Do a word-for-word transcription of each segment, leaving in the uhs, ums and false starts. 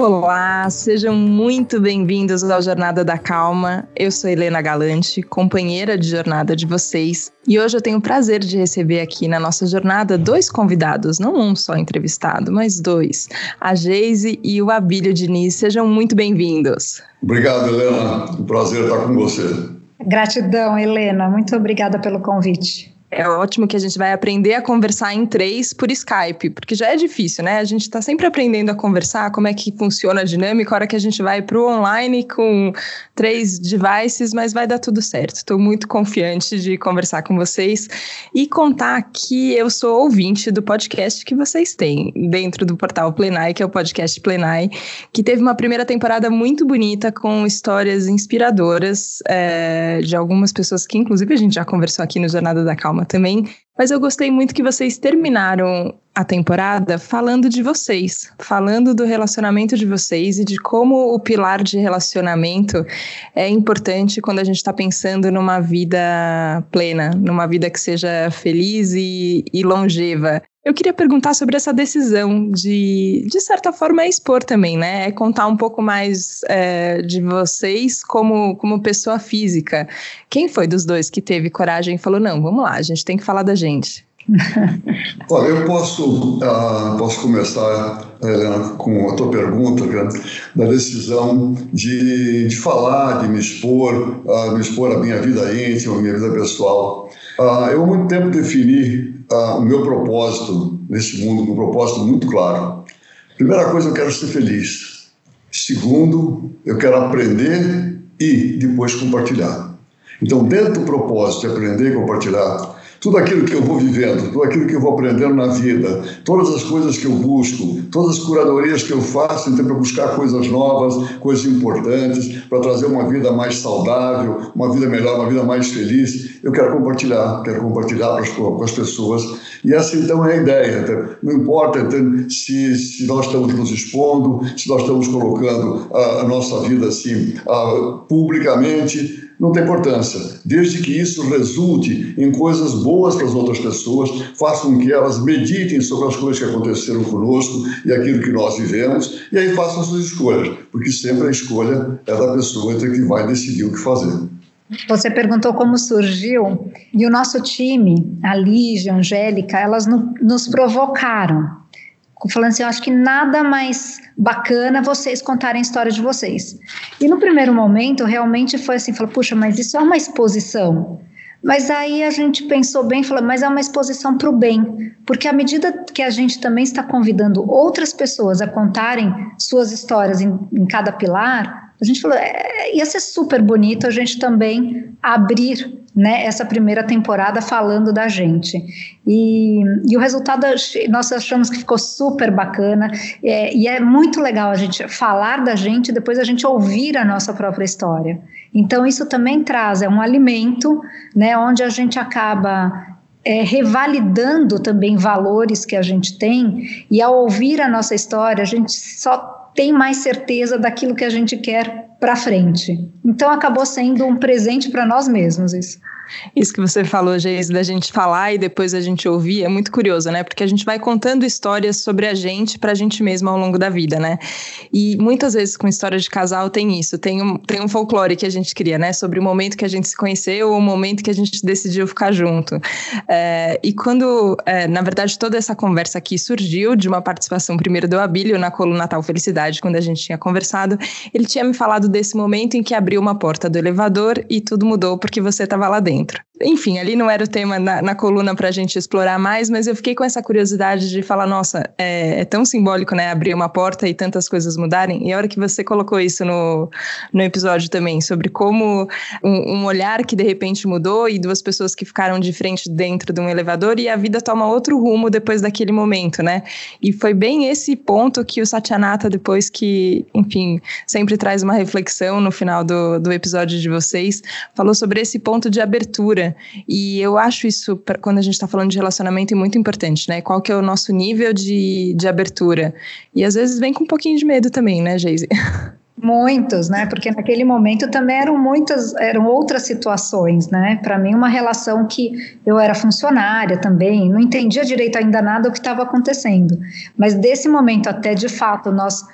Olá, sejam muito bem-vindos ao Jornada da Calma. Eu sou Helena Galante, companheira de jornada de vocês. E hoje eu tenho o prazer de receber aqui na nossa jornada dois convidados, não um só entrevistado, mas dois. A Geise e o Abílio Diniz. Sejam muito bem-vindos. Obrigado, Helena. Um prazer estar com você. Gratidão, Helena. Muito obrigada pelo convite. É ótimo que a gente vai aprender a conversar em três por Skype, porque já é difícil, né? A gente está sempre aprendendo a conversar, como é que funciona a dinâmica, a hora que a gente vai para o online com três devices, mas vai dar tudo certo. Estou muito confiante de conversar com vocês e contar que eu sou ouvinte do podcast que vocês têm dentro do portal Plenai, que é o podcast Plenai, que teve uma primeira temporada muito bonita com histórias inspiradoras é, de algumas pessoas que, inclusive, a gente já conversou aqui no Jornada da Calma também, mas eu gostei muito que vocês terminaram a temporada falando de vocês, falando do relacionamento de vocês e de como o pilar de relacionamento é importante quando a gente está pensando numa vida plena, numa vida que seja feliz e, e longeva. Eu queria perguntar sobre essa decisão de, de certa forma, expor também, né? É contar um pouco mais é, de vocês como, como pessoa física. Quem foi dos dois que teve coragem e falou, não, vamos lá, a gente tem que falar da gente? Olha, eu posso, uh, posso começar, Helena, com a tua pergunta, né, da decisão de, de falar, de me expor, uh, me expor a minha vida íntima, a minha vida pessoal. Uh, eu há muito tempo defini uh, o meu propósito nesse mundo, um propósito muito claro. Primeira coisa, eu quero ser feliz. Segundo, eu quero aprender e depois compartilhar. Então, dentro do propósito de aprender e compartilhar, tudo aquilo que eu vou vivendo, tudo aquilo que eu vou aprendendo na vida, todas as coisas que eu busco, todas as curadorias que eu faço, então, para buscar coisas novas, coisas importantes, para trazer uma vida mais saudável, uma vida melhor, uma vida mais feliz, eu quero compartilhar, quero compartilhar com as, com as pessoas. E essa, então, é a ideia. Então, não importa então, se, se nós estamos nos expondo, se nós estamos colocando a, a nossa vida assim, a, publicamente, não tem importância, desde que isso resulte em coisas boas para as outras pessoas, faça com que elas meditem sobre as coisas que aconteceram conosco e aquilo que nós vivemos, e aí façam as suas escolhas, porque sempre a escolha é da pessoa que vai decidir o que fazer. Você perguntou como surgiu, e o nosso time, a Lígia, a Angélica, elas no, nos provocaram. Falando assim, eu acho que nada mais bacana vocês contarem a história de vocês. E no primeiro momento, realmente foi assim, falou, puxa, mas isso é uma exposição. Mas aí a gente pensou bem e falou, mas é uma exposição para o bem. Porque à medida que a gente também está convidando outras pessoas a contarem suas histórias em, em cada pilar, a gente falou, é, ia ser super bonito a gente também abrir, né, essa primeira temporada falando da gente. E, e o resultado, nós achamos que ficou super bacana, é, e é muito legal a gente falar da gente e depois a gente ouvir a nossa própria história. Então isso também traz, é um alimento, né, onde a gente acaba é, revalidando também valores que a gente tem, e ao ouvir a nossa história, a gente só tem mais certeza daquilo que a gente quer para frente. Então acabou sendo um presente para nós mesmos isso. Isso que você falou, Geise, da gente falar e depois a gente ouvir, é muito curioso, né? Porque a gente vai contando histórias sobre a gente pra gente mesma ao longo da vida, né? E muitas vezes com história de casal tem isso, tem um, tem um folclore que a gente cria, né? Sobre o momento que a gente se conheceu ou o momento que a gente decidiu ficar junto. É, e quando, é, na verdade, toda essa conversa aqui surgiu de uma participação primeiro do Abílio na coluna Natal Felicidade, quando a gente tinha conversado, ele tinha me falado desse momento em que abriu uma porta do elevador e tudo mudou porque você estava lá dentro. Enfim, ali não era o tema na, na coluna para a gente explorar mais, mas eu fiquei com essa curiosidade de falar, nossa, é, é tão simbólico, né, abrir uma porta e tantas coisas mudarem, e a hora que você colocou isso no, no episódio também, sobre como um, um olhar que de repente mudou e duas pessoas que ficaram de frente dentro de um elevador e a vida toma outro rumo depois daquele momento, né, e foi bem esse ponto que o Satyanata, depois que, enfim, sempre traz uma reflexão no final do, do episódio de vocês, falou sobre esse ponto de abertura abertura, e eu acho isso, pra, quando a gente está falando de relacionamento, é muito importante, né? Qual que é o nosso nível de, de abertura? E às vezes vem com um pouquinho de medo também, né, Geise? Muitos, né? Porque naquele momento também eram muitas, eram outras situações, né? Para mim, uma relação que eu era funcionária também, não entendia direito ainda nada do que estava acontecendo. Mas desse momento até, de fato, nós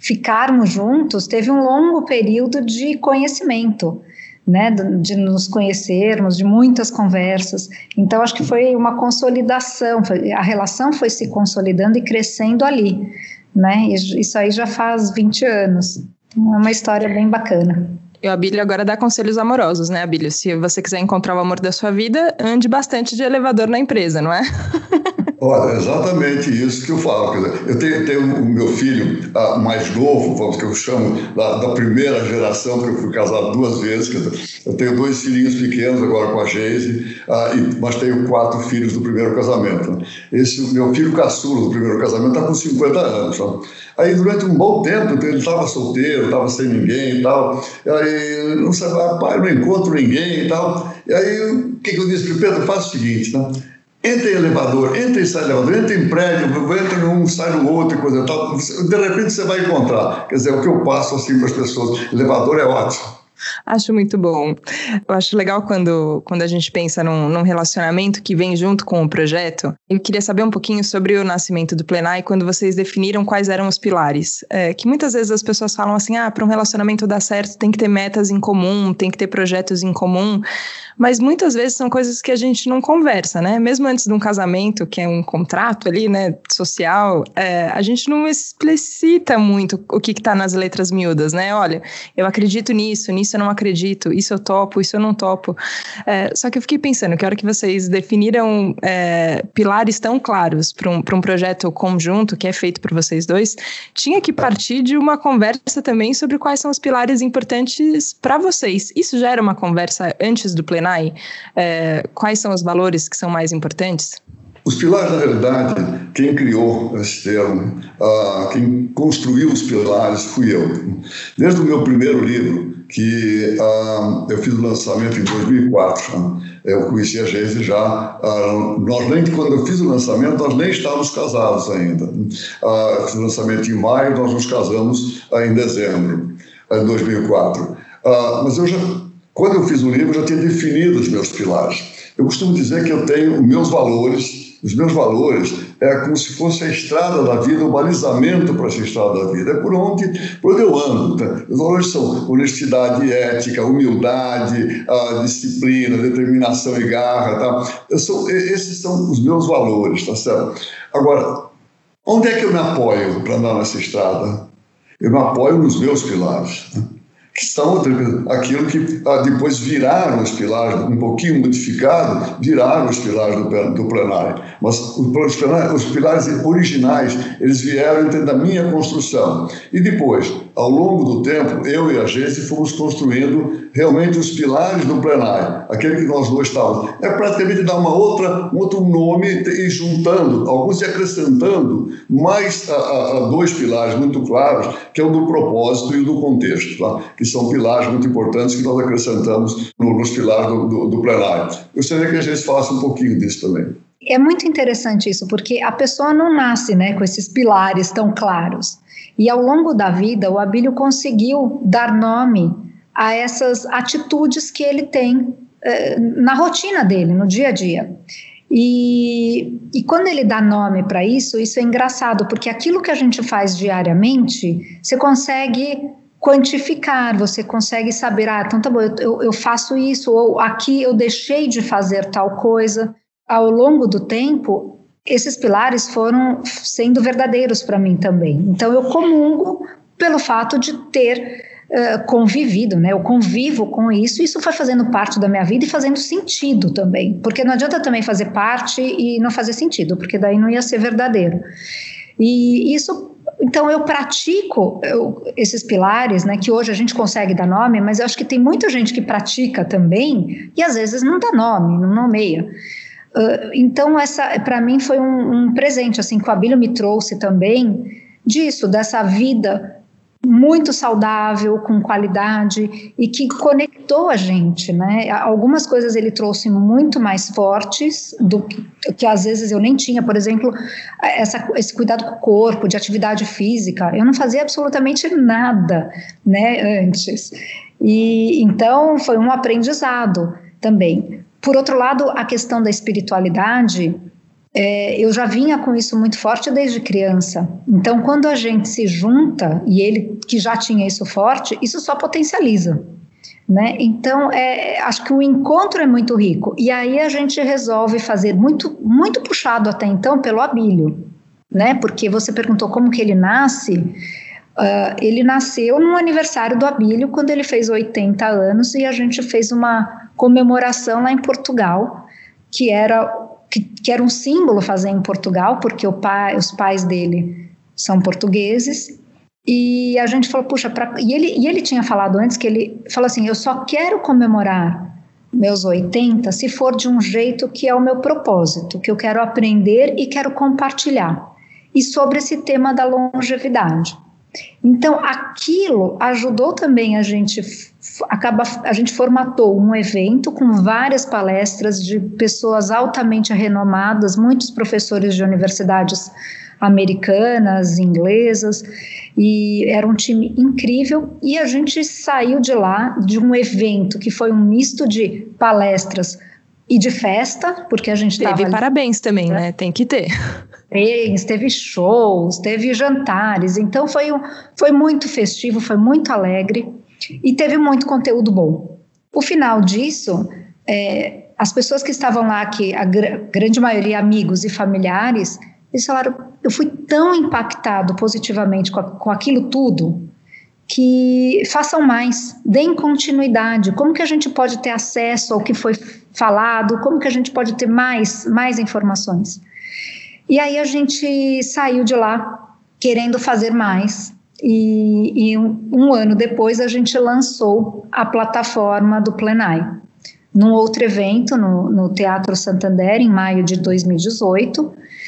ficarmos juntos, teve um longo período de conhecimento, né, de nos conhecermos, de muitas conversas. Então, acho que foi uma consolidação, a relação foi se consolidando e crescendo ali, né, e isso aí já faz vinte anos. Então, é uma história bem bacana. E o Abílio agora dá conselhos amorosos, né, Abílio? Se você quiser encontrar o amor da sua vida, ande bastante de elevador na empresa, não é? Olha, exatamente isso que eu falo. Quer dizer, eu tenho, tenho o meu filho uh, mais novo, vamos, que eu chamo da, da primeira geração, porque eu fui casado duas vezes. Quer dizer, eu tenho dois filhinhos pequenos agora com a Geise, uh, e, mas tenho quatro filhos do primeiro casamento. Esse meu filho caçula do primeiro casamento está com cinquenta anos. Sabe? Aí, durante um bom tempo, ele estava solteiro, estava sem ninguém e tal. E aí, não sei, pai, não encontro ninguém e tal. E aí, o que, que eu disse para o Pedro? Faz o seguinte, né? Entra em elevador, entra e sai elevador, entra em prédio, entra num, sai no outro e coisa e tal. De repente você vai encontrar. Quer dizer, o que eu passo assim para as pessoas, elevador é ótimo. Acho muito bom. Eu acho legal quando, quando a gente pensa num, num relacionamento que vem junto com o projeto. Eu queria saber um pouquinho sobre o nascimento do Plenai, quando vocês definiram quais eram os pilares. É, que muitas vezes as pessoas falam assim, ah, para um relacionamento dar certo tem que ter metas em comum, tem que ter projetos em comum, mas muitas vezes são coisas que a gente não conversa, né? Mesmo antes de um casamento, que é um contrato ali, né, social, é, a gente não explicita muito o que está nas letras miúdas, né? Olha, eu acredito nisso, nisso eu não acredito, isso eu topo, isso eu não topo. É, só que eu fiquei pensando que a hora que vocês definiram é, pilares tão claros para um, para um projeto conjunto que é feito por vocês dois, tinha que partir de uma conversa também sobre quais são os pilares importantes para vocês. Isso já era uma conversa antes do Plenai? É, quais são os valores que são mais importantes? Os pilares, na realidade, quem criou esse termo, uh, quem construiu os pilares fui eu. Desde o meu primeiro livro, que uh, eu fiz o lançamento em dois mil e quatro, né? Eu conheci a Geise já, uh, nós nem, quando eu fiz o lançamento, nós nem estávamos casados ainda. Uh, fiz o lançamento em maio, nós nos casamos uh, em dezembro uh, de dois mil e quatro. Uh, mas eu já, quando eu fiz o livro, eu já tinha definido os meus pilares. Eu costumo dizer que eu tenho os meus valores. Os meus valores é como se fosse a estrada da vida, o balizamento para essa estrada da vida. É por onde, por onde eu ando. Tá? Os valores são honestidade, ética, humildade, a disciplina, determinação e garra. Tá? Eu sou, esses são os meus valores, tá certo? Agora, onde é que eu me apoio para andar nessa estrada? Eu me apoio nos meus pilares, né? Que são aquilo que ah, depois viraram os pilares, um pouquinho modificado, viraram os pilares do, do plenário. Mas os, plenários, os pilares originais, eles vieram dentro da minha construção. E depois, ao longo do tempo, eu e a Geise fomos construindo realmente os pilares do plenário, aquele que nós dois estávamos. É praticamente dar uma outra, um outro nome e juntando, alguns e acrescentando mais a, a, a dois pilares muito claros, que é o do propósito e o do contexto, tá? Que são pilares muito importantes que nós acrescentamos no, nos pilares do, do, do plenário. Eu gostaria que a gente falasse um pouquinho disso também. É muito interessante isso, porque a pessoa não nasce, né, com esses pilares tão claros. E ao longo da vida, o Abílio conseguiu dar nome a essas atitudes que ele tem eh, na rotina dele, no dia a dia. E, e quando ele dá nome para isso, isso é engraçado, porque aquilo que a gente faz diariamente, você consegue quantificar, você consegue saber, ah, então tá bom, eu, eu faço isso, ou aqui eu deixei de fazer tal coisa. Ao longo do tempo, esses pilares foram sendo verdadeiros para mim também. Então eu comungo pelo fato de ter uh, convivido, né? Eu convivo com isso, isso foi fazendo parte da minha vida e fazendo sentido também, porque não adianta também fazer parte e não fazer sentido, porque daí não ia ser verdadeiro. E isso, então eu pratico eu, esses pilares, né, que hoje a gente consegue dar nome, mas eu acho que tem muita gente que pratica também e às vezes não dá nome, não nomeia. Uh, então essa para mim foi um, um presente assim que o Abílio me trouxe também disso, dessa vida muito saudável, com qualidade e que conectou a gente, né? Algumas coisas ele trouxe muito mais fortes do que, que às vezes eu nem tinha, por exemplo, essa, esse cuidado com o corpo, de atividade física, eu não fazia absolutamente nada, né, antes. E então foi um aprendizado também. Por outro lado, a questão da espiritualidade, é, eu já vinha com isso muito forte desde criança. Então, quando a gente se junta, e ele que já tinha isso forte, isso só potencializa, né? Então, é, acho que o encontro é muito rico. E aí a gente resolve fazer muito, muito puxado até então pelo Abílio, né? Porque você perguntou como que ele nasce. Uh, ele nasceu no aniversário do Abílio, quando ele fez oitenta anos, e a gente fez uma comemoração lá em Portugal, que era, que, que era um símbolo fazer em Portugal, porque o pai, os pais dele são portugueses. E a gente falou, puxa, pra... e, ele, e ele tinha falado antes que ele falou assim, eu só quero comemorar meus oitenta se for de um jeito que é o meu propósito, que eu quero aprender e quero compartilhar. E sobre esse tema da longevidade. Então, aquilo ajudou também a gente, acaba, a gente formatou um evento com várias palestras de pessoas altamente renomadas, muitos professores de universidades americanas, inglesas, e era um time incrível, e a gente saiu de lá, de um evento que foi um misto de palestras e de festa, porque a gente estava... Teve parabéns também, né? Tem que ter. Teve shows, teve jantares, então foi, um, foi muito festivo, foi muito alegre, e teve muito conteúdo bom. O final disso, é, as pessoas que estavam lá, que a gr- grande maioria amigos e familiares, eles falaram, eu fui tão impactado positivamente com, a, com aquilo tudo, que façam mais, deem continuidade. Como que a gente pode ter acesso ao que foi falado? Como que a gente pode ter mais, mais informações? E aí a gente saiu de lá querendo fazer mais. E, e um, um ano depois a gente lançou a plataforma do Plenai, num outro evento no, no Teatro Santander, em maio de dois mil e dezoito.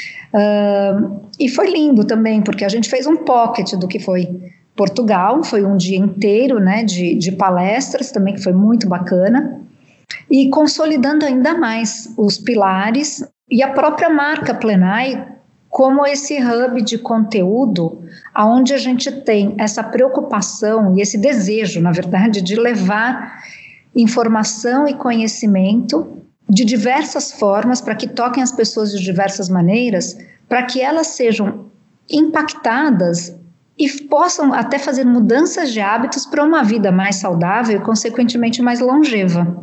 Uh, e foi lindo também, porque a gente fez um pocket do que foi Portugal, foi um dia inteiro, né, de, de palestras também, que foi muito bacana, e consolidando ainda mais os pilares e a própria marca Plenai como esse hub de conteúdo, onde a gente tem essa preocupação e esse desejo, na verdade, de levar informação e conhecimento de diversas formas, para que toquem as pessoas de diversas maneiras, para que elas sejam impactadas e possam até fazer mudanças de hábitos para uma vida mais saudável e, consequentemente, mais longeva.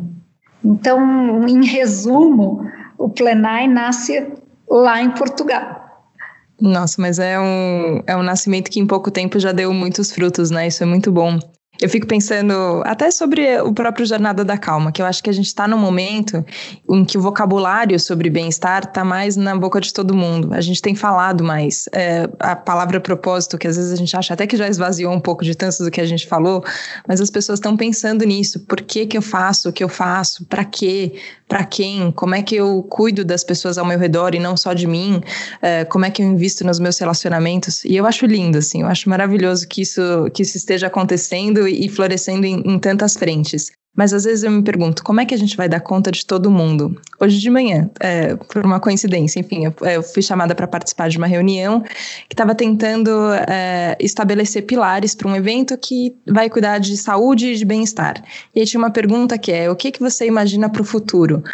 Então, em resumo, o Plenai nasce lá em Portugal. Nossa, mas é um, é um nascimento que em pouco tempo já deu muitos frutos, né? Isso é muito bom. Eu fico pensando até sobre o próprio Jornada da Calma, que eu acho que a gente está num momento em que o vocabulário sobre bem-estar está mais na boca de todo mundo. A gente tem falado mais. É, a palavra propósito, que às vezes a gente acha até que já esvaziou um pouco de tanto do que a gente falou, mas as pessoas estão pensando nisso. Por que que eu faço o que eu faço? Para quê? Para quem? Como é que eu cuido das pessoas ao meu redor e não só de mim? É, como é que eu invisto nos meus relacionamentos? E eu acho lindo, assim, eu acho maravilhoso que isso, que isso esteja acontecendo e florescendo em, em tantas frentes. Mas às vezes eu me pergunto, como é que a gente vai dar conta de todo mundo? Hoje de manhã, é, por uma coincidência, enfim, eu, eu fui chamada para participar de uma reunião que estava tentando é, estabelecer pilares para um evento que vai cuidar de saúde e de bem-estar. E aí tinha uma pergunta que é, o que, que você imagina para o futuro?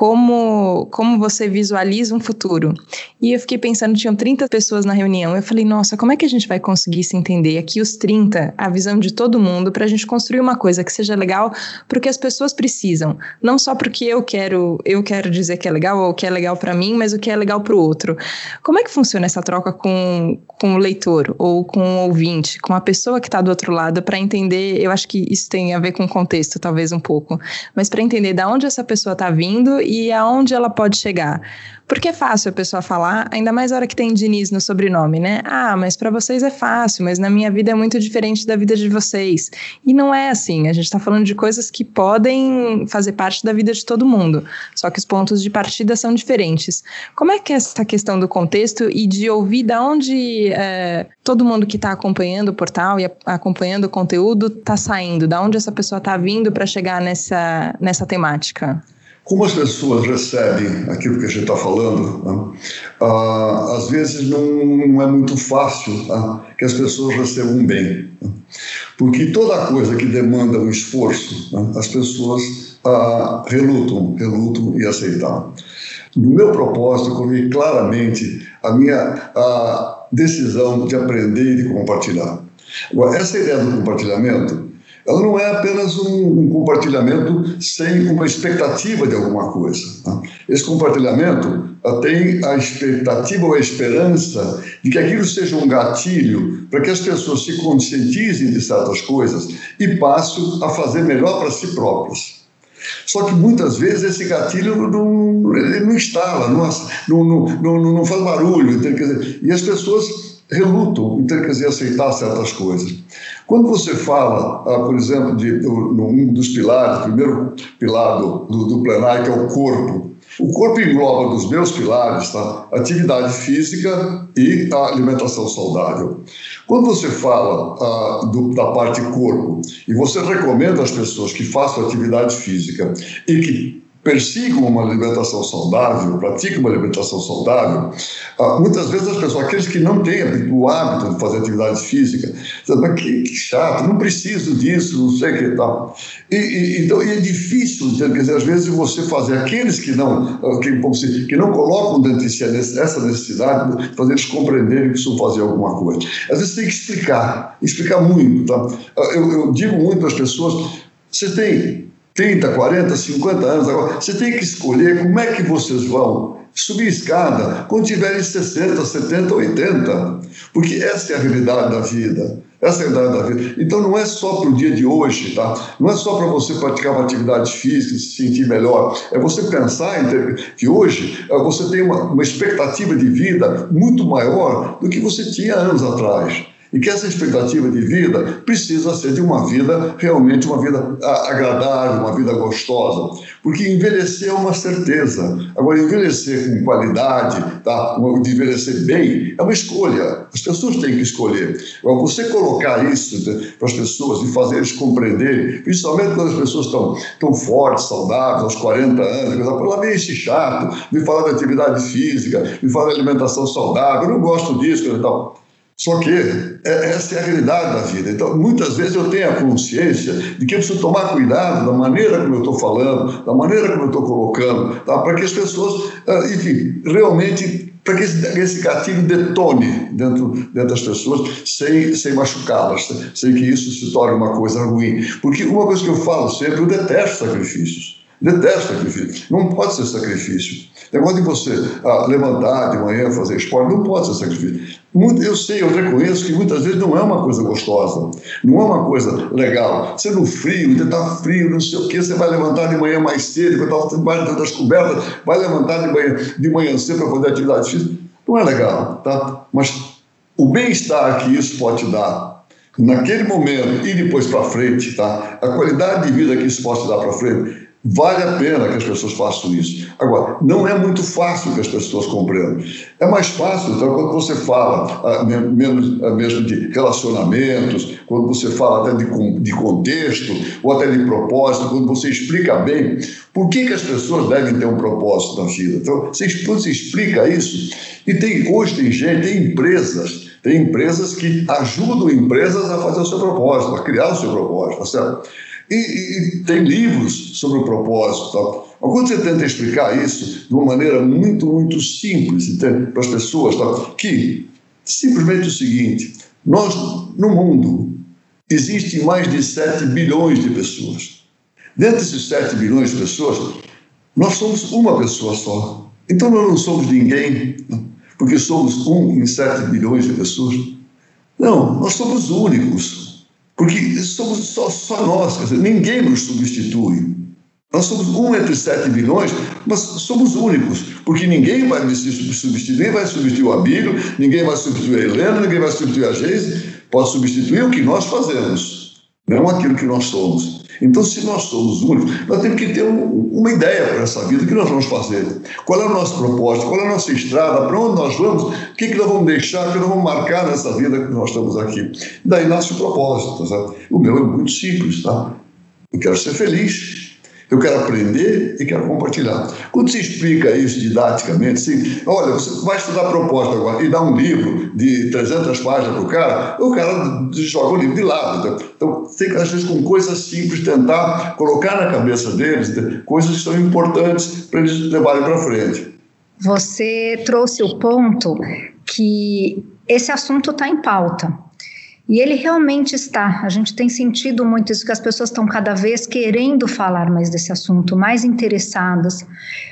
Como, como você visualiza um futuro? E eu fiquei pensando, tinham trinta pessoas na reunião, eu falei, nossa, como é que a gente vai conseguir se entender aqui os trinta, a visão de todo mundo, para a gente construir uma coisa que seja legal porque as pessoas precisam, não só porque eu quero, eu quero dizer que é legal ou que é legal para mim, mas o que é legal para o outro. Como é que funciona essa troca com, com o leitor ou com o ouvinte, com a pessoa que está do outro lado, para entender, eu acho que isso tem a ver com o contexto, talvez um pouco, mas para entender de onde essa pessoa está vindo e aonde ela pode chegar. Porque é fácil a pessoa falar, ainda mais a hora que tem Diniz no sobrenome, né? Ah, mas para vocês é fácil, mas na minha vida é muito diferente da vida de vocês. E não é assim, a gente está falando de coisas que podem fazer parte da vida de todo mundo, só que os pontos de partida são diferentes. Como é que é essa questão do contexto e de ouvir de onde é, todo mundo que está acompanhando o portal e a, acompanhando o conteúdo está saindo, de onde essa pessoa está vindo para chegar nessa, nessa temática? Como as pessoas recebem aquilo que a gente está falando, né? ah, às vezes não, não é muito fácil, tá? Que as pessoas recebam bem. Né? Porque toda coisa que demanda um esforço, né? As pessoas ah, relutam, relutam em aceitar. no meu propósito, eu coloquei claramente a minha a decisão de aprender e de compartilhar. Agora, essa ideia do compartilhamento, ela não é apenas um, um compartilhamento sem uma expectativa de alguma coisa. Tá? Esse compartilhamento tem a expectativa ou a esperança de que aquilo seja um gatilho para que as pessoas se conscientizem de certas coisas e passem a fazer melhor para si próprias. Só que muitas vezes esse gatilho não, ele não instala, não, não, não, não faz barulho, quer dizer, e as pessoas relutam em ter que dizer, aceitar certas coisas. Quando você fala, ah, por exemplo, de um dos pilares, o primeiro pilar do, do, do plenário, que é o corpo. O corpo engloba dos meus pilares, tá? Atividade física e a alimentação saudável. Quando você fala ah, do, da parte corpo e você recomenda às pessoas que façam atividade física e que persigam uma alimentação saudável, praticam uma alimentação saudável, ah, muitas vezes as pessoas, aqueles que não têm o hábito de fazer atividade física, dizem, mas que, que chato, não preciso disso, não sei o que tal. E, e, então, e é difícil, quer dizer, às vezes você fazer aqueles que não, que, como se, que não colocam dentro de si essa necessidade, fazer eles compreenderem que precisam fazer alguma coisa. Às vezes tem que explicar, explicar muito. Tá? Eu, eu digo muito às pessoas, você tem trinta, quarenta, cinquenta anos agora, você tem que escolher como é que vocês vão subir escada quando tiverem sessenta, setenta, oitenta, porque essa é a realidade da vida, essa é a realidade da vida. Então não é só para o dia de hoje, tá? Não é só para você praticar uma atividade física e se sentir melhor, é você pensar em ter, que hoje você tem uma, uma expectativa de vida muito maior do que você tinha anos atrás. E que essa expectativa de vida precisa ser de uma vida, realmente uma vida agradável, uma vida gostosa. Porque envelhecer é uma certeza. Agora, envelhecer com qualidade, tá? Envelhecer bem, é uma escolha. As pessoas têm que escolher. Agora, você colocar isso para as pessoas e fazer eles compreenderem, principalmente quando as pessoas estão, estão fortes, saudáveis, aos quarenta anos, lá vem esse chato, me falar de atividade física, me falar de alimentação saudável, eu não gosto disso e tal. Só que essa é a realidade da vida. Então, muitas vezes eu tenho a consciência de que eu preciso tomar cuidado da maneira como eu estou falando, da maneira como eu estou colocando, tá? Para que as pessoas, enfim, realmente, para que esse, esse gatilho detone dentro, dentro das pessoas sem, sem machucá-las, sem que isso se torne uma coisa ruim. Porque uma coisa que eu falo sempre, eu detesto sacrifícios. Detesto sacrifício. Não pode ser sacrifício. O negócio de você ah, levantar de manhã, fazer esporte, não pode ser sacrifício. Muito, eu sei, eu reconheço que muitas vezes não é uma coisa gostosa, não é uma coisa legal. Você no frio, você está frio, não sei o quê, você vai levantar de manhã mais cedo, quando está debaixo das cobertas, vai levantar de manhã, de manhã cedo para fazer atividade física. Não é legal, tá? Mas o bem-estar que isso pode te dar, naquele momento e depois para frente, tá? A qualidade de vida que isso pode te dar para frente, vale a pena que as pessoas façam isso. Agora, não é muito fácil que as pessoas compreendam. É mais fácil, então, quando você fala ah, menos, ah, mesmo de relacionamentos, quando você fala até de, de contexto, ou até de propósito, quando você explica bem por que, que as pessoas devem ter um propósito na vida. Então, você, você explica isso, e tem, hoje tem gente, tem empresas, tem empresas que ajudam empresas a fazer o seu propósito, a criar o seu propósito, tá certo? E, e, e tem livros sobre o propósito. Tá? Quando você tenta explicar isso de uma maneira muito, muito simples para as pessoas, tá? Que simplesmente o seguinte, nós, no mundo, existem mais de sete bilhões de pessoas. Dentre esses sete bilhões de pessoas, nós somos uma pessoa só. Então nós não somos ninguém, porque somos um em sete bilhões de pessoas. Não, nós somos únicos. Porque somos só, só nós, quer dizer, ninguém nos substitui. Nós somos um entre sete bilhões, mas somos únicos, porque ninguém vai nos substituir, ninguém vai substituir o Abílio, ninguém vai substituir a Helena, ninguém vai substituir a Geise, pode substituir o que nós fazemos, não aquilo que nós somos. Então, se nós somos únicos, nós temos que ter um, uma ideia para essa vida, o que nós vamos fazer, qual é o nosso propósito, qual é a nossa estrada, para onde nós vamos, o que, que nós vamos deixar, o que nós vamos marcar nessa vida que nós estamos aqui. Daí nasce o propósito, sabe? O meu é muito simples, tá? Eu quero ser feliz, eu quero aprender e quero compartilhar. Quando se explica isso didaticamente, assim, olha, você vai estudar proposta agora e dá um livro de trezentas páginas para o cara, o cara joga o livro de lado. Então, tem que, às vezes, com coisas simples, tentar colocar na cabeça deles coisas que são importantes para eles levarem para frente. você trouxe o ponto que esse assunto está em pauta. E ele realmente está. A gente tem sentido muito isso, que as pessoas estão cada vez querendo falar mais desse assunto, mais interessadas.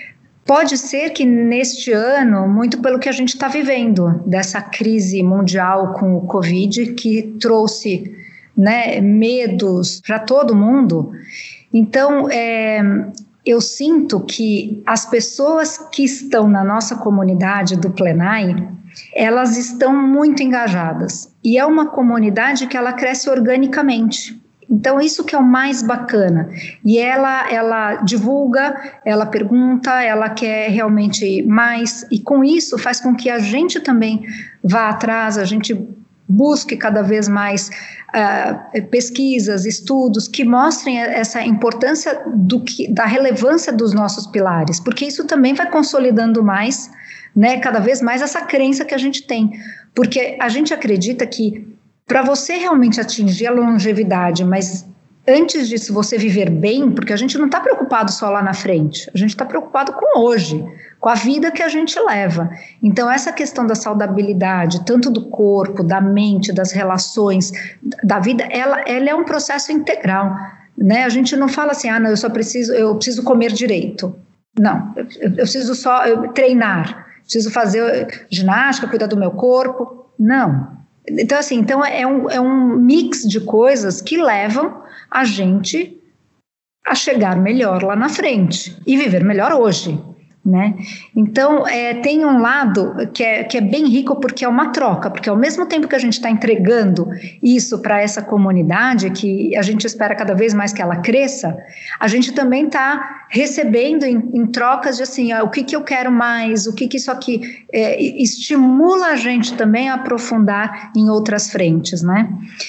Pode ser que neste ano, muito pelo que a gente está vivendo, dessa crise mundial com o Covid, que trouxe, né, medos para todo mundo. Então, é, eu sinto que as pessoas que estão na nossa comunidade do Plenai, elas estão muito engajadas. E é uma comunidade que ela cresce organicamente. Então, isso que é o mais bacana. E ela, ela divulga, ela pergunta, ela quer realmente mais. E com isso faz com que a gente também vá atrás, a gente busque cada vez mais uh, pesquisas, estudos que mostrem essa importância do que, da relevância dos nossos pilares, porque isso também vai consolidando mais, né, cada vez mais essa crença que a gente tem, porque a gente acredita que para você realmente atingir a longevidade, mas antes disso você viver bem, porque a gente não está preocupado só lá na frente, a gente está preocupado com hoje, com a vida que a gente leva. Então essa questão da saudabilidade, tanto do corpo, da mente, das relações, da vida, ela, ela é um processo integral, né? A gente não fala assim, ah, não, eu só preciso, eu preciso comer direito. Não, eu, eu preciso só eu, treinar, preciso fazer ginástica, cuidar do meu corpo. Não. Então, assim, então é, um, é um mix de coisas que levam a gente a chegar melhor lá na frente e viver melhor hoje, né? Então, é, tem um lado que é, que é bem rico porque é uma troca, porque ao mesmo tempo que a gente está entregando isso para essa comunidade, que a gente espera cada vez mais que ela cresça, a gente também está recebendo em, em trocas de assim, ó, o que, que eu quero mais, o que, que isso aqui é, estimula a gente também a aprofundar em outras frentes, né?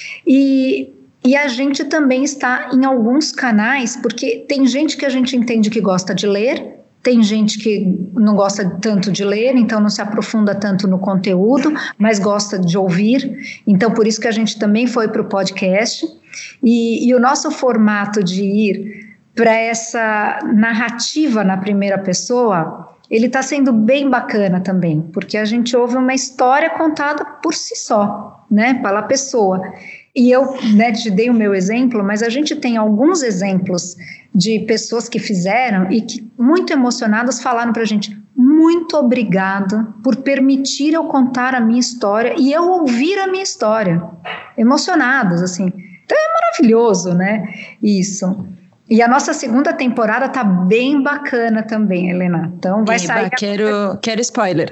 E... E a gente também está em alguns canais, porque tem gente que a gente entende que gosta de ler, tem gente que não gosta tanto de ler, então não se aprofunda tanto no conteúdo, mas gosta de ouvir. Então, por isso que a gente também foi para o podcast. E, e o nosso formato de ir para essa narrativa na primeira pessoa, ele está sendo bem bacana também, porque a gente ouve uma história contada por si só, né, pela pessoa. E eu, né, te dei o meu exemplo, mas a gente tem alguns exemplos de pessoas que fizeram e que, muito emocionadas, falaram para a gente, muito obrigada por permitir eu contar a minha história e eu ouvir a minha história. Emocionadas, assim. Então é maravilhoso, né, isso. E a nossa segunda temporada tá bem bacana também, Helena. Então vai Eba, sair... Quero, quero spoiler.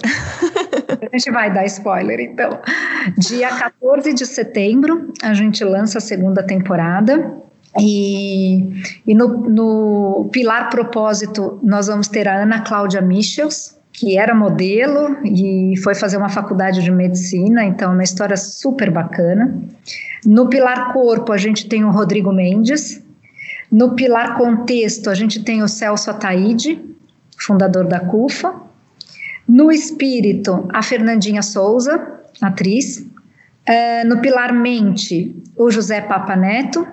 A gente vai dar spoiler, então. Dia quatorze de setembro, a gente lança a segunda temporada. E, e no, no Pilar Propósito, nós vamos ter a Ana Cláudia Michels, que era modelo e foi fazer uma faculdade de medicina, então é uma história super bacana. No Pilar Corpo, a gente tem o Rodrigo Mendes. No Pilar Contexto, a gente tem o Celso Ataíde, fundador da CUFA. No Espírito, a Fernandinha Souza, atriz. Uh, no Pilar Mente, o José Papa Neto.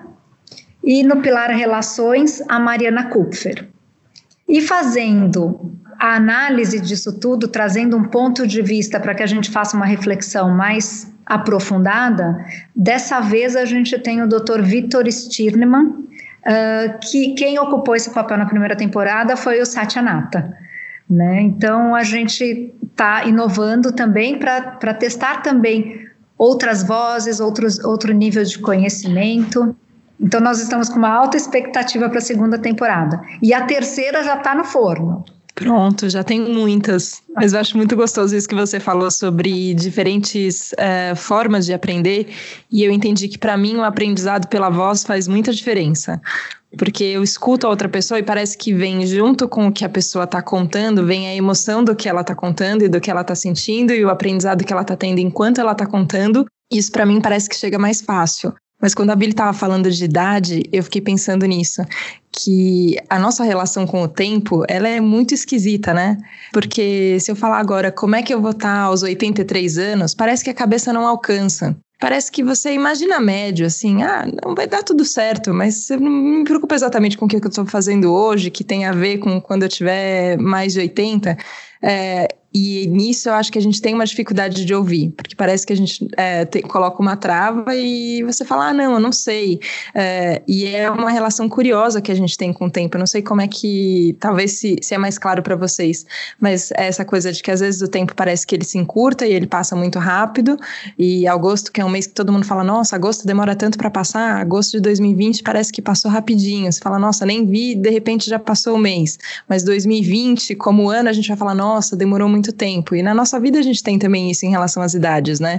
E no Pilar Relações, a Mariana Kupfer. E fazendo a análise disso tudo, trazendo um ponto de vista para que a gente faça uma reflexão mais aprofundada, dessa vez a gente tem o doutor Vitor Stirnemann, Uh, que quem ocupou esse papel na primeira temporada foi o Satya Nata, né? Então a gente está inovando também para testar também outras vozes, outros, outro nível de conhecimento. Então nós estamos com uma alta expectativa para a segunda temporada. E a terceira já está no forno. Pronto, já tem muitas, mas eu acho muito gostoso isso que você falou sobre diferentes uh, formas de aprender, e eu entendi que para mim o aprendizado pela voz faz muita diferença, porque eu escuto a outra pessoa e parece que vem junto com o que a pessoa está contando, vem a emoção do que ela está contando e do que ela está sentindo e o aprendizado que ela está tendo enquanto ela está contando, isso para mim parece que chega mais fácil. Mas quando a Bíblia estava falando de idade, eu fiquei pensando nisso, que a nossa relação com o tempo, ela é muito esquisita, né? Porque se eu falar agora como é que eu vou estar aos oitenta e três anos, parece que a cabeça não alcança. Parece que você imagina médio, assim, ah, não vai dar tudo certo, mas eu não me preocupo exatamente com o que eu estou fazendo hoje, que tem a ver com quando eu tiver mais de oitenta. É, e nisso eu acho que a gente tem uma dificuldade de ouvir, porque parece que a gente é, te, coloca uma trava e você fala, ah, não, eu não sei. É, e é uma relação curiosa que a gente tem com o tempo. Eu não sei como é que, talvez se, se é mais claro para vocês, mas é essa coisa de que às vezes o tempo parece que ele se encurta e ele passa muito rápido. E agosto, que é um mês que todo mundo fala, nossa, agosto demora tanto para passar, agosto de dois mil e vinte parece que passou rapidinho. Você fala, nossa, nem vi, de repente já passou o mês. Mas dois mil e vinte, como ano, a gente vai falar, nossa, demorou muito tempo. E na nossa vida a gente tem também isso em relação às idades, né?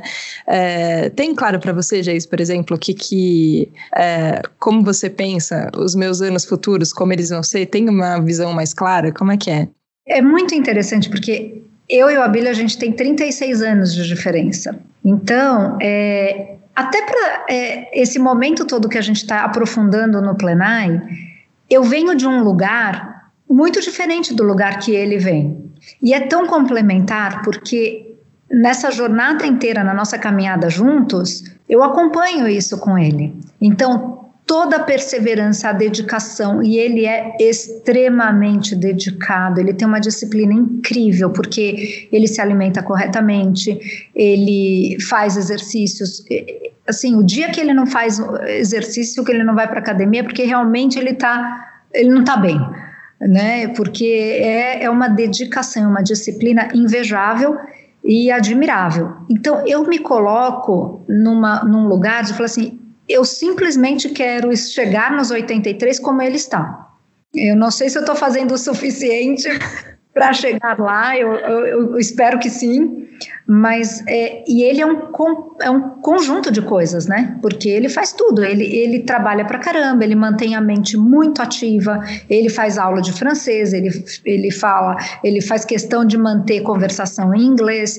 É, tem claro para você, Geis, por exemplo, que, que é, como você pensa os meus anos futuros, como eles vão ser? Tem uma visão mais clara? Como é que é? É muito interessante, porque eu e o Abílio, a gente tem trinta e seis anos de diferença. Então, é, até para é, esse momento todo que a gente está aprofundando no Plenai, eu venho de um lugar muito diferente do lugar que ele vem. E é tão complementar porque nessa jornada inteira, na nossa caminhada juntos, eu acompanho isso com ele. Então, toda a perseverança, a dedicação, e ele é extremamente dedicado, ele tem uma disciplina incrível, porque ele se alimenta corretamente, ele faz exercícios. Assim, o dia que ele não faz exercício, que ele não vai para a academia, é porque realmente ele, tá, ele não está bem. Né? Porque é, é uma dedicação, uma disciplina invejável e admirável. Então, eu me coloco numa, num lugar de falar assim, eu simplesmente quero chegar nos oitenta e três como ele está. Eu não sei se eu estou fazendo o suficiente para chegar lá, eu, eu, eu espero que sim, mas é, e ele é um, é um conjunto de coisas, né? Porque ele faz tudo, ele, ele trabalha pra caramba, ele mantém a mente muito ativa, ele faz aula de francês, ele, ele fala, ele faz questão de manter conversação em inglês,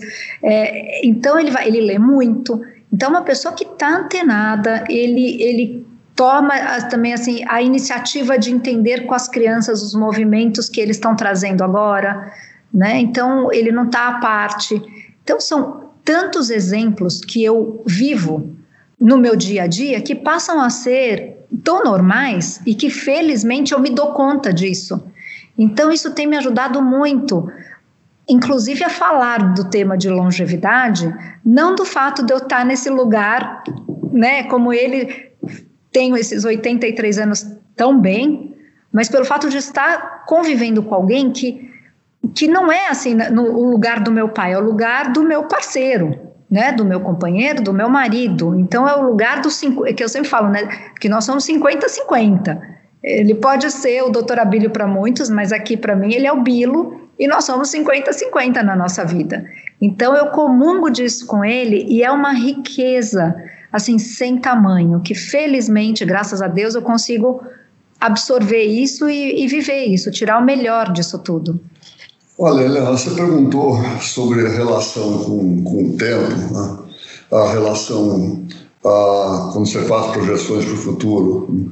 é, então ele, vai, ele lê muito. Então, uma pessoa que está antenada, ele, ele toma também assim, a iniciativa de entender com as crianças os movimentos que eles estão trazendo agora, né? Então, ele não está à parte. Então, são tantos exemplos que eu vivo no meu dia a dia que passam a ser tão normais e que, felizmente, eu me dou conta disso. Então, isso tem me ajudado muito, inclusive a falar do tema de longevidade, não do fato de eu estar nesse lugar, né, como ele, tenho esses oitenta e três anos tão bem, mas pelo fato de estar convivendo com alguém que, que não é assim no lugar do meu pai, é o lugar do meu parceiro, né, do meu companheiro, do meu marido. Então é o lugar do cinco, que eu sempre falo, né, que nós somos cinquenta a cinquenta. Ele pode ser o doutor Abílio para muitos, mas aqui para mim ele é o Bilo, e nós somos cinquenta a cinquenta na nossa vida. Então eu comungo disso com ele e é uma riqueza assim sem tamanho, que felizmente, graças a Deus, eu consigo absorver isso e, e viver isso, tirar o melhor disso tudo. Olha, Helena, você perguntou sobre a relação com, com o tempo, né? A relação ah, quando você faz projeções para o futuro.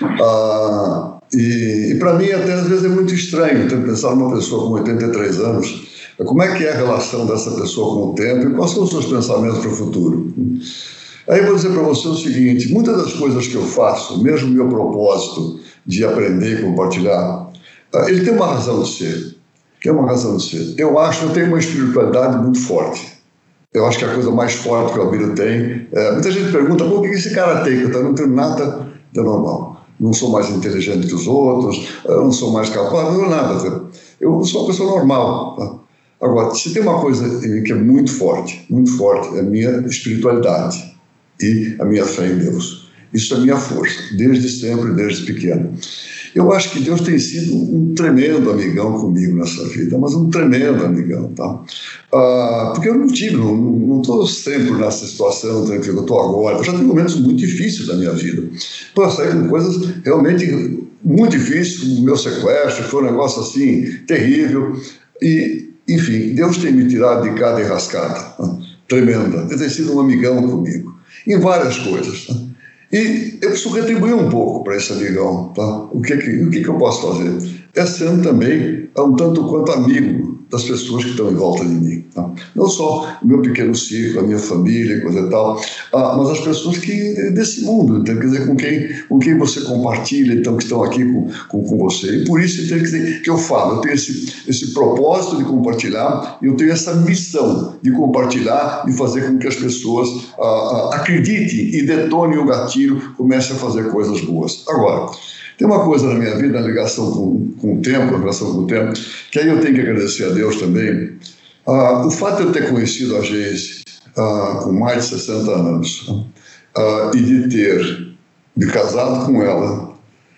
Ah, e e para mim, até às vezes, é muito estranho então, pensar numa pessoa com oitenta e três anos, como é que é a relação dessa pessoa com o tempo e quais são os seus pensamentos para o futuro. Aí eu vou dizer para você o seguinte, muitas das coisas que eu faço, mesmo o meu propósito de aprender e compartilhar, ele tem uma razão de ser. Tem uma razão de ser. Eu acho que eu tenho uma espiritualidade muito forte. Eu acho que a coisa mais forte que o Abílio tem... É, muita gente pergunta, pô, o que esse cara tem? Eu não tenho nada de normal. Não sou mais inteligente que os outros, eu não sou mais capaz, não nada. Eu sou uma pessoa normal. Tá? Agora, se tem uma coisa que é muito forte, muito forte, é a minha espiritualidade e a minha fé em Deus. Isso é minha força, desde sempre, desde pequeno. Eu acho que Deus tem sido um tremendo amigão comigo nessa vida, mas um tremendo amigão, tá? Ah, porque eu não tive, não estou sempre nessa situação tranquila que eu estou agora. Eu já tive momentos muito difíceis da minha vida. Passei com coisas realmente muito difíceis, como o meu sequestro, foi um negócio assim, terrível. E, enfim, Deus tem me tirado de cada enrascada, tá? Tremenda. Ele tem sido um amigão comigo, em várias coisas, tá? E eu preciso retribuir um pouco para esse amigão, tá? O que, que, o que, que eu posso fazer? É sendo também um tanto quanto amigo das pessoas que estão em volta de mim. Tá? Não só o meu pequeno círculo, a minha família, coisa e tal, ah, mas as pessoas que, desse mundo, então, quer dizer, com quem, com quem você compartilha, então, que estão aqui com, com, com você. E por isso então, quer dizer, que eu falo, eu tenho esse, esse propósito de compartilhar, e eu tenho essa missão de compartilhar e fazer com que as pessoas ah, ah, acreditem e detonem o gatilho, comecem a fazer coisas boas. Agora, tem uma coisa na minha vida, na ligação com, com o tempo, a relação com o tempo, que aí eu tenho que agradecer a Deus também. Ah, o fato de eu ter conhecido a Geise ah, com mais de sessenta anos ah, e de ter, de casado com ela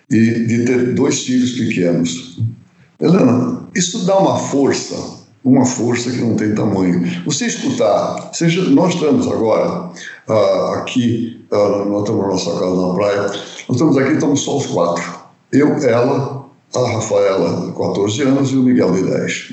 e de ter dois filhos pequenos. Helena, isso dá uma força, uma força que não tem tamanho. Você escutar, seja, nós estamos agora ah, aqui, ah, nós estamos na nossa casa na praia, nós estamos aqui, estamos só os quatro. Eu, ela, a Rafaela, de quatorze anos, e o Miguel, de dez.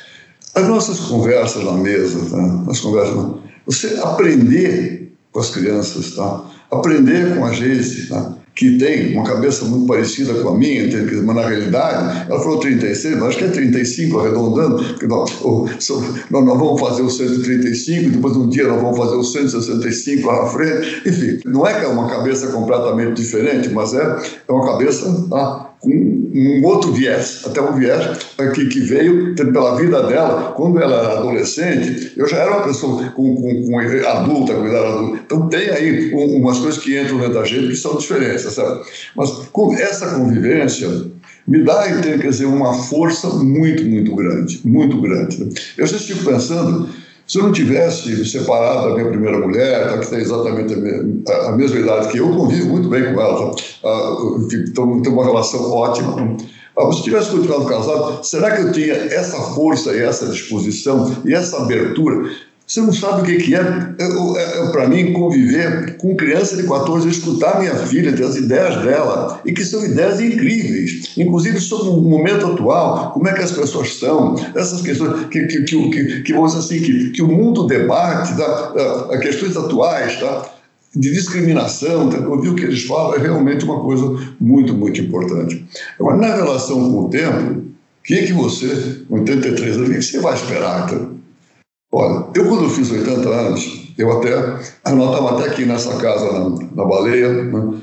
As nossas conversas na mesa, tá? As conversas, você aprender com as crianças, tá? Aprender com a Geise, tá? Que tem uma cabeça muito parecida com a minha, mas na realidade, ela falou trinta e seis, mas acho que é trinta e cinco, arredondando, porque nós, nós, nós vamos fazer o cento e trinta e cinco, depois um dia nós vamos fazer o cento e sessenta e cinco lá na frente, enfim, não é que é uma cabeça completamente diferente, mas é, é uma cabeça tá, com um outro viés, até um viés que, que veio pela vida dela, quando ela era adolescente, eu já era uma pessoa com, com, com adulta, com idade adulta, então tem aí um, umas coisas que entram dentro da gente que são diferentes, sabe? Mas com essa convivência me dá, quer dizer, uma força muito, muito grande, muito grande. Eu já estive pensando, se eu não tivesse me separado da minha primeira mulher, tá, que tem exatamente a, me, a, a mesma idade que eu, eu convivo muito bem com ela, tá? ah, tenho uma relação ótima. Ah, se eu tivesse continuado casado, será que eu tinha essa força e essa disposição e essa abertura? Você não sabe o que, que é, é, é para mim, conviver com criança de quatorze anos, escutar minha filha, ter as ideias dela, e que são ideias incríveis, inclusive sobre o momento atual, como é que as pessoas estão, essas questões que, que, que, que, que vamos dizer assim, que, que o mundo debate, tá, a, a questões atuais, tá, de discriminação, tá, ouvir o que eles falam é realmente uma coisa muito, muito importante. Agora, na relação com o tempo, o que, que você, com oitenta e três anos, o que você vai esperar, então? Olha, eu quando eu fiz oitenta anos, eu até, nós estávamos até aqui nessa casa na, na Baleia, né?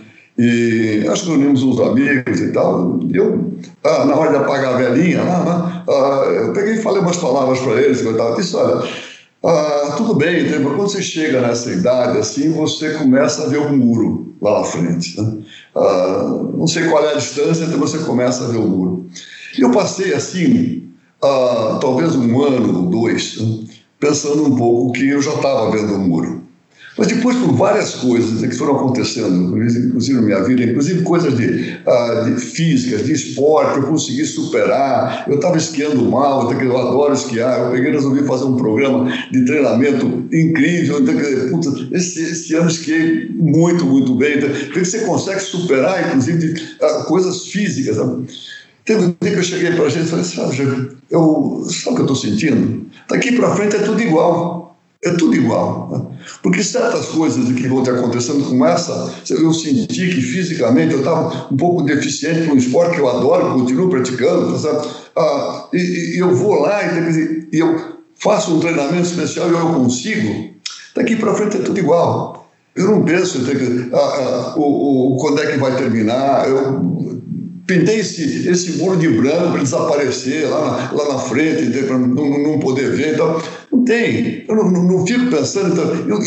E acho que reunimos uns amigos e tal, e eu, ah, na hora de apagar a velhinha, lá, né? ah, eu peguei e falei umas palavras para eles, eu estava disse, olha, ah, tudo bem, mas quando você chega nessa idade, assim, você começa a ver o muro lá na frente, né? ah, não sei qual é a distância, então você começa a ver o muro. E eu passei assim, ah, talvez um ano ou dois, né? Pensando um pouco que eu já estava vendo o muro. Mas depois, por várias coisas que foram acontecendo, inclusive na minha vida, inclusive coisas de, uh, de físicas, de esporte, eu consegui superar, eu estava esquiando mal, eu adoro esquiar, eu peguei e resolvi fazer um programa de treinamento incrível, então, puta, esse, esse ano esquiei muito, muito bem, então, você consegue superar, inclusive, uh, coisas físicas, sabe? Teve um dia que eu cheguei para a gente e falei, sabe, eu, sabe o que eu estou sentindo? Daqui para frente é tudo igual, é tudo igual. Né? Porque certas coisas que vão ter acontecendo com essa, eu senti que fisicamente eu estava um pouco deficiente para um esporte que eu adoro, continuo praticando, sabe? Ah, e, e eu vou lá e, e eu faço um treinamento especial e eu consigo, daqui para frente é tudo igual. Eu não penso ah, ah, o, o, quando é que vai terminar, eu pintei esse, esse muro de branco para desaparecer lá na, lá na frente, para não, não poder ver. Então, não tem. Eu não, não, não fico pensando. Então, eu,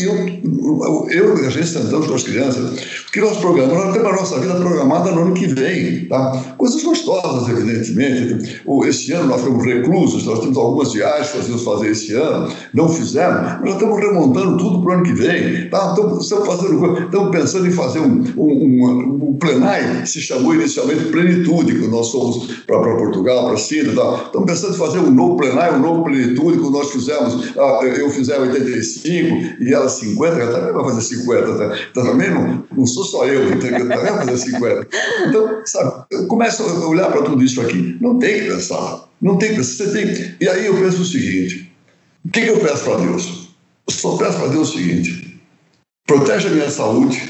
eu, eu e a gente sentamos com as crianças, porque nós programamos, nós temos a nossa vida programada no ano que vem. Tá? Coisas gostosas, evidentemente. Esse ano nós fomos reclusos, nós temos algumas viagens que nós íamos fazer esse ano, não fizemos, mas nós estamos remontando tudo para o ano que vem. Tá? Estamos, estamos, fazendo, estamos pensando em fazer um, um, um, um plenário, se chamou inicialmente Plenitude, que nós somos para Portugal, para Síria, tá? Estamos pensando em fazer um novo plenário, um novo Plenitude, que nós fizemos, eu fiz em oitenta e cinco e ela cinquenta, ela também vai fazer cinquenta, tá? Então, também não, não sou só eu, eu também vai fazer cinquenta. Então, sabe, eu começo a olhar para tudo isso aqui, não tem que pensar, não tem que pensar, você tem. E aí eu penso o seguinte, o que, que eu peço para Deus? Eu só peço para Deus o seguinte, protege a minha saúde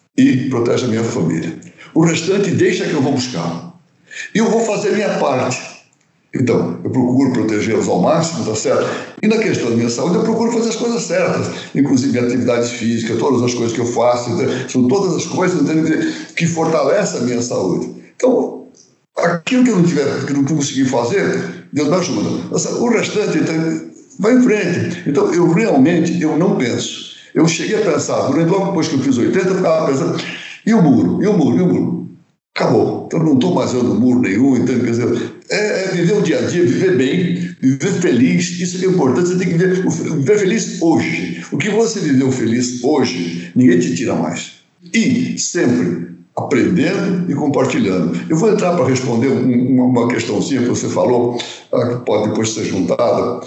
e protege a minha família. O restante deixa que eu vou buscar. E eu vou fazer a minha parte. Então, eu procuro protegê-los ao máximo, tá certo? E na questão da minha saúde, eu procuro fazer as coisas certas, inclusive atividades físicas, todas as coisas que eu faço, são todas as coisas que fortalecem a minha saúde. Então, aquilo que eu não tiver, que eu não consegui fazer, Deus me ajuda. O restante, então, vai em frente. Então, eu realmente, eu não penso. Eu cheguei a pensar, logo depois que eu fiz oitenta, eu ficava pensando, e o muro? E o muro? E o muro? Acabou. Então, não estou mais vendo muro nenhum. Então, quer dizer, é, é viver o dia a dia, viver bem, viver feliz. Isso que é importante. Você tem que viver, viver feliz hoje. O que você viveu feliz hoje, ninguém te tira mais. E sempre aprendendo e compartilhando. Eu vou entrar para responder um, uma questãozinha que você falou, ah, que pode depois ser juntada,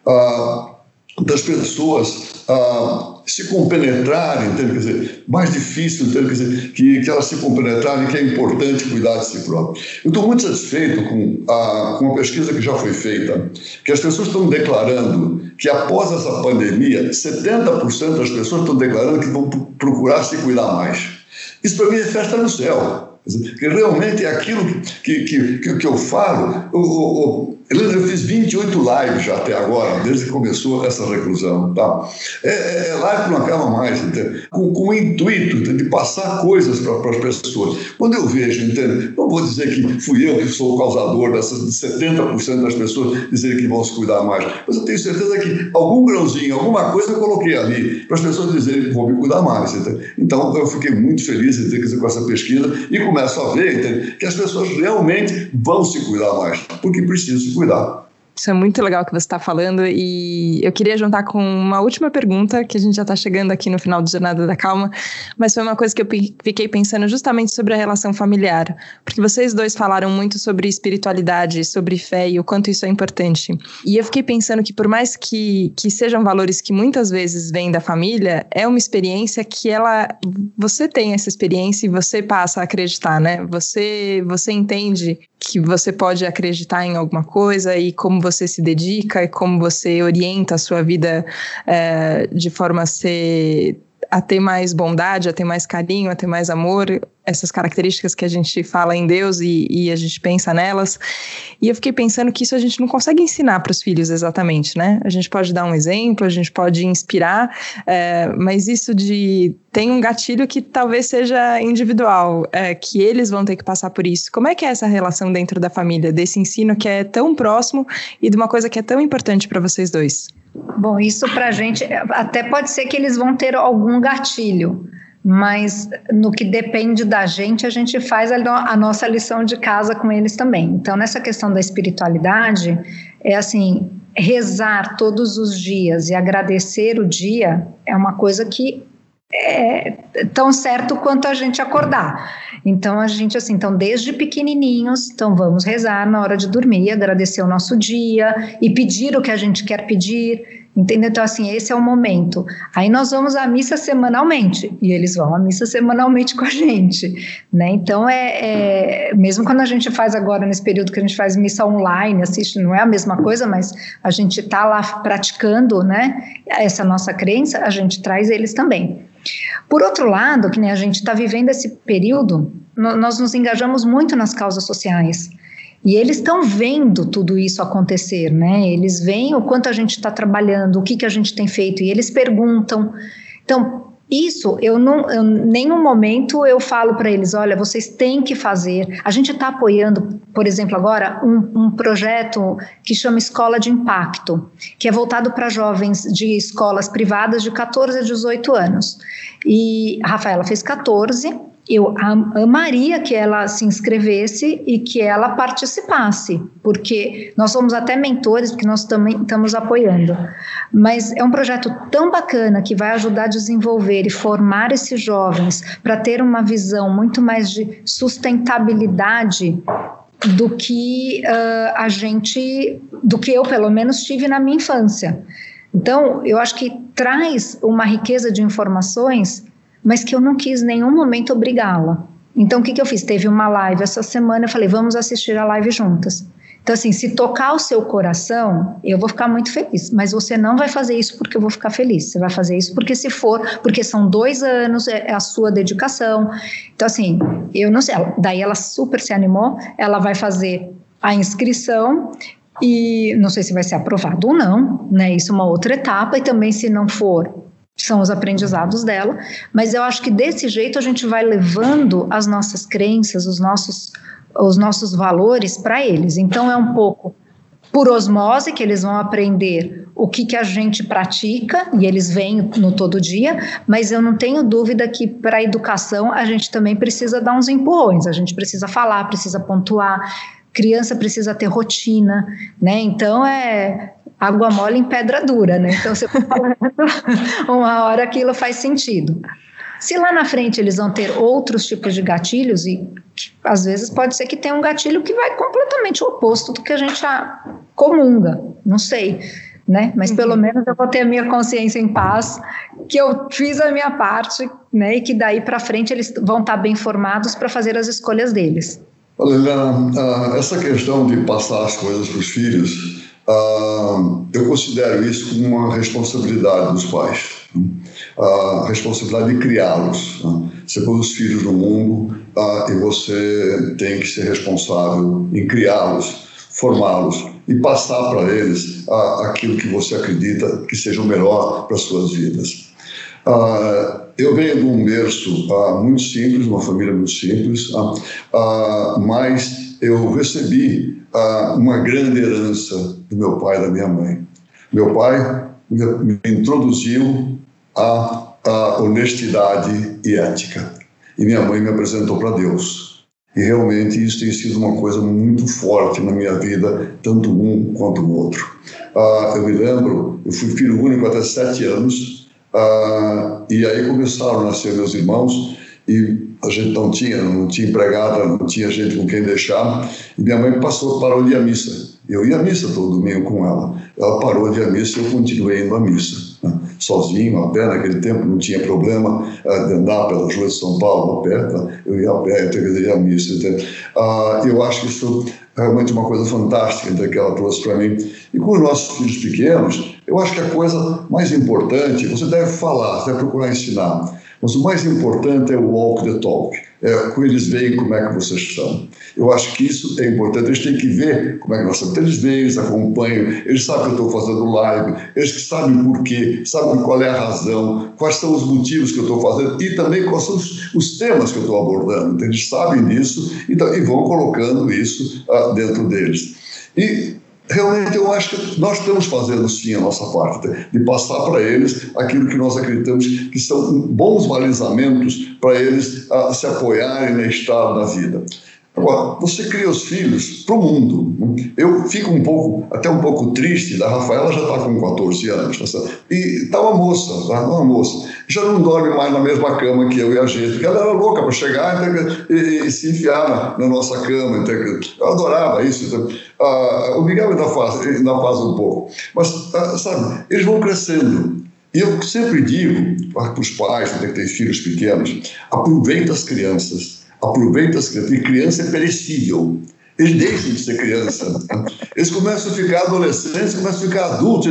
ah, das pessoas ah, se compenetrarem, entende? Quer dizer, mais difícil, entende? Quer dizer, que, que elas se compenetrarem, que é importante cuidar de si próprio. Eu estou muito satisfeito com a, com a pesquisa que já foi feita, que as pessoas estão declarando que após essa pandemia, setenta por cento das pessoas estão declarando que vão procurar se cuidar mais. Isso para mim é festa no céu, que realmente é aquilo que, que, que, que eu falo. Eu, eu, eu fiz vinte e oito lives já até agora, desde que começou essa reclusão. Tá? É, é live que não acaba mais, com, com o intuito de passar coisas para as pessoas. Quando eu vejo, entende? Não vou dizer que fui eu que sou o causador dessas de setenta por cento das pessoas dizerem que vão se cuidar mais, mas eu tenho certeza que algum grãozinho, alguma coisa eu coloquei ali para as pessoas dizerem que vão me cuidar mais. Entende? Então eu fiquei muito feliz entende, com essa pesquisa e começo a ver entende, que as pessoas realmente vão se cuidar mais, porque precisam se cuidar. Isso é muito legal o que você está falando e eu queria juntar com uma última pergunta, que a gente já está chegando aqui no final do Jornada da Calma, mas foi uma coisa que eu fiquei pensando justamente sobre a relação familiar, porque vocês dois falaram muito sobre espiritualidade, sobre fé e o quanto isso é importante. E eu fiquei pensando que por mais que, que sejam valores que muitas vezes vêm da família, é uma experiência que ela, você tem essa experiência e você passa a acreditar, né? Você, você entende que você pode acreditar em alguma coisa e como você se dedica e como você orienta a sua vida é, de forma a ser, a ter mais bondade, a ter mais carinho, a ter mais amor, essas características que a gente fala em Deus e, e a gente pensa nelas. E eu fiquei pensando que isso a gente não consegue ensinar para os filhos exatamente, né? A gente pode dar um exemplo, a gente pode inspirar, é, mas isso de... tem um gatilho que talvez seja individual, é, que eles vão ter que passar por isso. Como é que é essa relação dentro da família, desse ensino que é tão próximo e de uma coisa que é tão importante para vocês dois? Bom, isso para a gente, até pode ser que eles vão ter algum gatilho, mas no que depende da gente, a gente faz a, a nossa lição de casa com eles também. Então, nessa questão da espiritualidade, é assim, rezar todos os dias e agradecer o dia é uma coisa que é tão certo quanto a gente acordar. Então, a gente, assim, então, desde pequenininhos, então vamos rezar na hora de dormir, agradecer o nosso dia e pedir o que a gente quer pedir, entendeu? Então, assim, esse é o momento. Aí nós vamos à missa semanalmente, e eles vão à missa semanalmente com a gente, né? Então, é, é mesmo quando a gente faz agora, nesse período que a gente faz missa online, assiste, não é a mesma coisa, mas a gente está lá praticando, né, essa nossa crença, a gente traz eles também. Por outro lado, que nem a gente está vivendo esse período, nós nos engajamos muito nas causas sociais. E eles estão vendo tudo isso acontecer, né? Eles veem o quanto a gente está trabalhando, o que, que a gente tem feito, e eles perguntam. Então, isso, eu não, em nenhum momento eu falo para eles, olha, vocês têm que fazer. A gente está apoiando, por exemplo, agora, um, um projeto que chama Escola de Impacto, que é voltado para jovens de escolas privadas de catorze a dezoito anos. E a Rafaela fez catorze, eu amaria que ela se inscrevesse e que ela participasse, porque nós somos até mentores, porque nós também estamos apoiando. Mas é um projeto tão bacana que vai ajudar a desenvolver e formar esses jovens para ter uma visão muito mais de sustentabilidade do que uh, a gente, do que eu pelo menos tive na minha infância. Então, eu acho que traz uma riqueza de informações, mas que eu não quis em nenhum momento obrigá-la. Então, o que, que eu fiz? Teve uma live essa semana, eu falei, vamos assistir a live juntas. Então, assim, se tocar o seu coração, eu vou ficar muito feliz, mas você não vai fazer isso porque eu vou ficar feliz, você vai fazer isso porque se for, porque são dois anos, é a sua dedicação. Então, assim, eu não sei, daí ela super se animou, ela vai fazer a inscrição e não sei se vai ser aprovado ou não, né? Isso é uma outra etapa, e também se não for, são os aprendizados dela, mas eu acho que desse jeito a gente vai levando as nossas crenças, os nossos, os nossos valores para eles. Então é um pouco por osmose que eles vão aprender o que, que a gente pratica, e eles vêm no todo dia, mas eu não tenho dúvida que para a educação a gente também precisa dar uns empurrões, a gente precisa falar, precisa pontuar, criança precisa ter rotina, né? Então é água mole em pedra dura, né? Então você falando, uma hora aquilo faz sentido. Se lá na frente eles vão ter outros tipos de gatilhos, e às vezes pode ser que tenha um gatilho que vai completamente o oposto do que a gente comunga, não sei, né? Mas pelo menos eu vou ter a minha consciência em paz, que eu fiz a minha parte, né? E que daí para frente eles vão estar bem formados para fazer as escolhas deles. Olha, Helena, essa questão de passar as coisas para os filhos, eu considero isso como uma responsabilidade dos pais, a responsabilidade de criá-los. Você põe os filhos no mundo e você tem que ser responsável em criá-los, formá-los e passar para eles aquilo que você acredita que seja o melhor para as suas vidas. Eu venho de um berço muito simples, uma família muito simples, mas eu recebi uma grande herança do meu pai e da minha mãe. Meu pai me introduziu a, a honestidade e ética, e minha mãe me apresentou para Deus. E realmente isso tem sido uma coisa muito forte na minha vida, tanto um quanto o outro. Eu me lembro, eu fui filho único até sete anos, e aí começaram a nascer meus irmãos, e a gente não tinha, não tinha empregada, não tinha gente com quem deixar, e minha mãe passou, parou de ir à missa. Eu ia à missa todo domingo com ela. Ela parou de ir à missa e eu continuei indo à missa, né? Sozinho, a pé. Naquele tempo não tinha problema uh, de andar pelas ruas de São Paulo a pé, tá? Eu ia a pé, eu tinha que ir à missa. Uh, eu acho que isso é realmente uma coisa fantástica que ela trouxe para mim. E com os nossos filhos pequenos, eu acho que a coisa mais importante, você deve falar, você deve procurar ensinar, mas o mais importante é o walk the talk. É, quando eles veem como é que vocês são. Eu acho que isso é importante. Eles têm que ver como é que nós somos. Eles veem, eles acompanham, eles sabem que eu estou fazendo live, eles que sabem por quê, sabem qual é a razão, quais são os motivos que eu estou fazendo e também quais são os, os temas que eu estou abordando. Então, eles sabem disso e, e vão colocando isso uh, dentro deles. E realmente eu acho que nós estamos fazendo sim a nossa parte, de passar para eles aquilo que nós acreditamos que são bons balizamentos para eles a, se apoiarem na estrada da vida. Agora, você cria os filhos para o mundo. Eu fico um pouco, até um pouco triste, da Rafaela já está com quatorze anos, tá certo? E está uma moça, tá? uma moça, já não dorme mais na mesma cama que eu e a gente, porque ela era louca para chegar e, e, e se enfiar na, na nossa cama. Então, eu adorava isso. Então, ah, o Miguel ainda faz, ainda faz um pouco. Mas, ah, sabe, eles vão crescendo. E eu sempre digo para os pais que têm filhos pequenos, aproveita as crianças. Aproveita as crianças, porque criança é perecível. Eles deixam de ser criança. Eles começam a ficar adolescentes, começam a ficar adultos.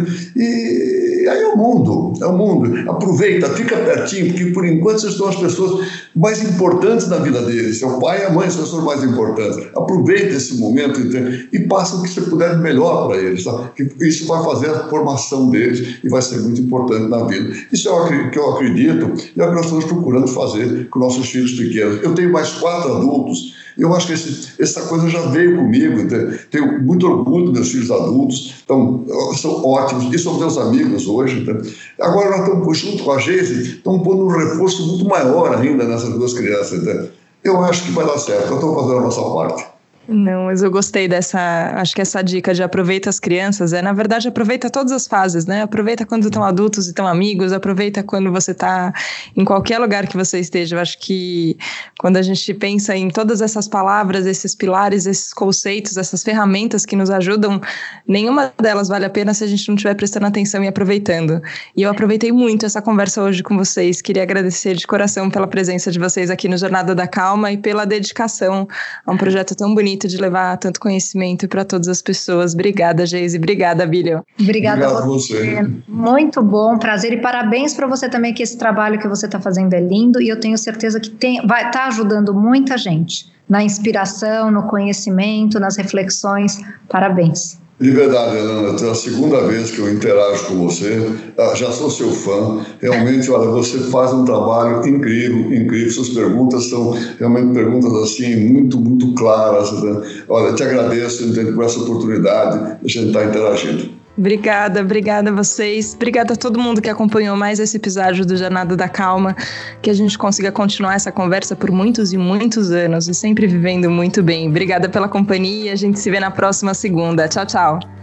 E aí é o mundo, é o mundo. Aproveita, fica pertinho, porque por enquanto vocês são as pessoas mais importantes na vida deles. Seu pai e a mãe são as pessoas mais importantes. Aproveita esse momento e passa o que você puder de melhor para eles. Tá? Isso vai fazer a formação deles e vai ser muito importante na vida. Isso é o que eu acredito e é o que nós estamos procurando fazer com nossos filhos pequenos. Eu tenho mais quatro adultos. Eu acho que esse, essa coisa já veio comigo. Tenho muito orgulho dos meus filhos adultos, então, são ótimos, e são meus amigos hoje. Então. Agora nós estamos, junto com a Geise, estamos pondo um reforço muito maior ainda nessas duas crianças. Então. Eu acho que vai dar certo, nós estamos fazendo a nossa parte. Não, mas eu gostei dessa, acho que essa dica de aproveita as crianças, é na verdade aproveita todas as fases, né? Aproveita quando estão adultos e estão amigos, aproveita quando você está em qualquer lugar que você esteja. Eu acho que quando a gente pensa em todas essas palavras, esses pilares, esses conceitos, essas ferramentas que nos ajudam, nenhuma delas vale a pena se a gente não estiver prestando atenção e aproveitando. E eu aproveitei muito essa conversa hoje com vocês, queria agradecer de coração pela presença de vocês aqui no Jornada da Calma e pela dedicação a um projeto tão bonito de levar tanto conhecimento para todas as pessoas. Obrigada, Geise. Obrigada, Bílio. Obrigada a você. Muito bom, prazer e parabéns para você também, que esse trabalho que você está fazendo é lindo e eu tenho certeza que tem, vai estar tá ajudando muita gente. na inspiração, no conhecimento, nas reflexões. Parabéns. De verdade, Helena, é a segunda vez que eu interajo com você, já sou seu fã, realmente, olha, você faz um trabalho incrível, incrível, suas perguntas são realmente perguntas assim, muito, muito claras, né? Olha, te agradeço por essa oportunidade de a gente estar interagindo. Obrigada, obrigada a vocês, obrigada a todo mundo que acompanhou mais esse episódio do Jornada da Calma, que a gente consiga continuar essa conversa por muitos e muitos anos e sempre vivendo muito bem. Obrigada pela companhia, a gente se vê na próxima segunda. Tchau, tchau.